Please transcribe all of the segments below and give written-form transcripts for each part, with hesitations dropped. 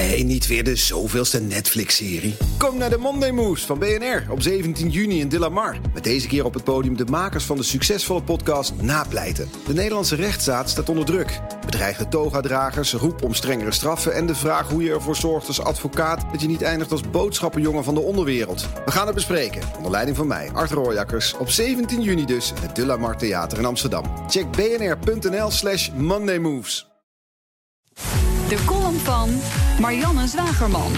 Nee, niet weer de zoveelste Netflix-serie. Kom naar de Monday Moves van BNR op 17 juni in De La Mar. Met deze keer op het podium de makers van de succesvolle podcast Napleiten. De Nederlandse rechtsstaat staat onder druk. Bedreigde togadragers, roep om strengere straffen en de vraag hoe je ervoor zorgt als advocaat dat je niet eindigt als boodschappenjongen van de onderwereld. We gaan het bespreken, onder leiding van mij, Art Rooijakkers, op 17 juni dus in het De La Mar Theater in Amsterdam. Check bnr.nl/mondaymoves. De column van Marianne Zwagerman.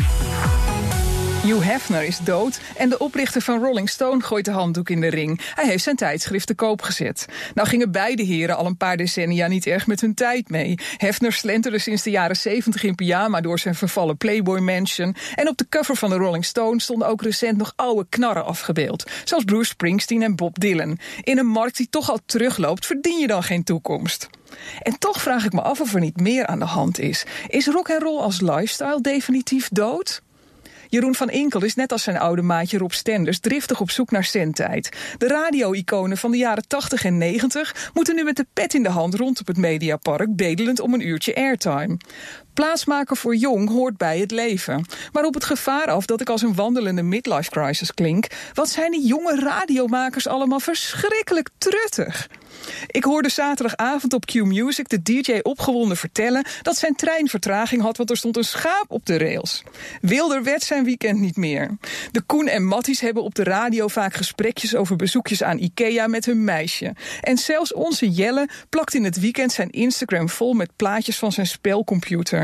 Hugh Hefner is dood en de oprichter van Rolling Stone gooit de handdoek in de ring. Hij heeft zijn tijdschrift te koop gezet. Nou gingen beide heren al een paar decennia niet erg met hun tijd mee. Hefner slenterde sinds de jaren 70 in pyjama door zijn vervallen Playboy Mansion. En op de cover van de Rolling Stone stonden ook recent nog oude knarren afgebeeld. Zoals Bruce Springsteen en Bob Dylan. In een markt die toch al terugloopt, verdien je dan geen toekomst. En toch vraag ik me af of er niet meer aan de hand is. Is rock'n'roll als lifestyle definitief dood? Jeroen van Inkel is net als zijn oude maatje Rob Stenders driftig op zoek naar zendtijd. De radio-iconen van de jaren 80 en 90 moeten nu met de pet in de hand rond op het Mediapark, bedelend om een uurtje airtime. Plaatsmaken voor jong hoort bij het leven. Maar op het gevaar af dat ik als een wandelende midlife crisis klink, wat zijn die jonge radiomakers allemaal verschrikkelijk truttig. Ik hoorde zaterdagavond op Q-Music de DJ opgewonden vertellen dat zijn trein vertraging had, want er stond een schaap op de rails. Wilder werd zijn weekend niet meer. De Koen en Matties hebben op de radio vaak gesprekjes over bezoekjes aan Ikea met hun meisje. En zelfs onze Jelle plakt in het weekend zijn Instagram vol met plaatjes van zijn spelcomputer.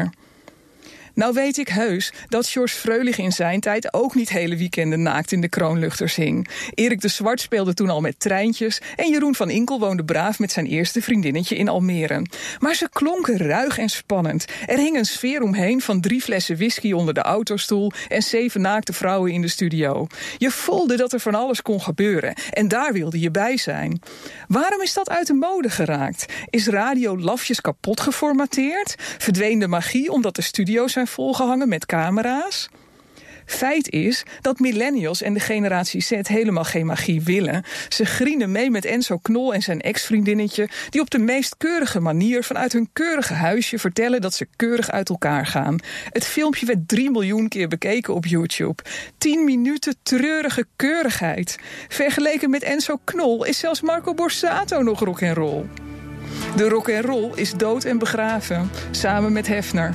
Nou weet ik heus dat George Freulich in zijn tijd ook niet hele weekenden naakt in de kroonluchters hing. Erik de Zwart speelde toen al met treintjes en Jeroen van Inkel woonde braaf met zijn eerste vriendinnetje in Almere. Maar ze klonken ruig en spannend. Er hing een sfeer omheen van 3 flessen whisky onder de autostoel en 7 naakte vrouwen in de studio. Je voelde dat er van alles kon gebeuren en daar wilde je bij zijn. Waarom is dat uit de mode geraakt? Is radio lafjes kapot geformateerd? Verdween de magie omdat de studio's zijn volgehangen met camera's? Feit is dat millennials en de generatie Z helemaal geen magie willen. Ze grienen mee met Enzo Knol en zijn ex-vriendinnetje, die op de meest keurige manier vanuit hun keurige huisje vertellen dat ze keurig uit elkaar gaan. Het filmpje werd 3 miljoen keer bekeken op YouTube. 10 minuten treurige keurigheid. Vergeleken met Enzo Knol is zelfs Marco Borsato nog rock'n'roll. De rock'n'roll is dood en begraven, samen met Hefner.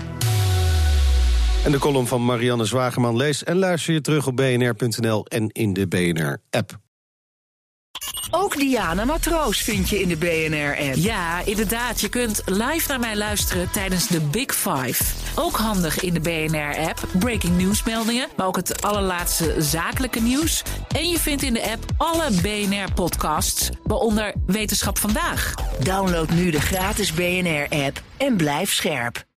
En de column van Marianne Zwagerman lees en luister je terug op bnr.nl en in de BNR-app. Ook Diana Matroos vind je in de BNR-app. Ja, inderdaad. Je kunt live naar mij luisteren tijdens de Big Five. Ook handig in de BNR-app. Breaking nieuwsmeldingen, maar ook het allerlaatste zakelijke nieuws. En je vindt in de app alle BNR-podcasts, waaronder Wetenschap Vandaag. Download nu de gratis BNR-app en blijf scherp.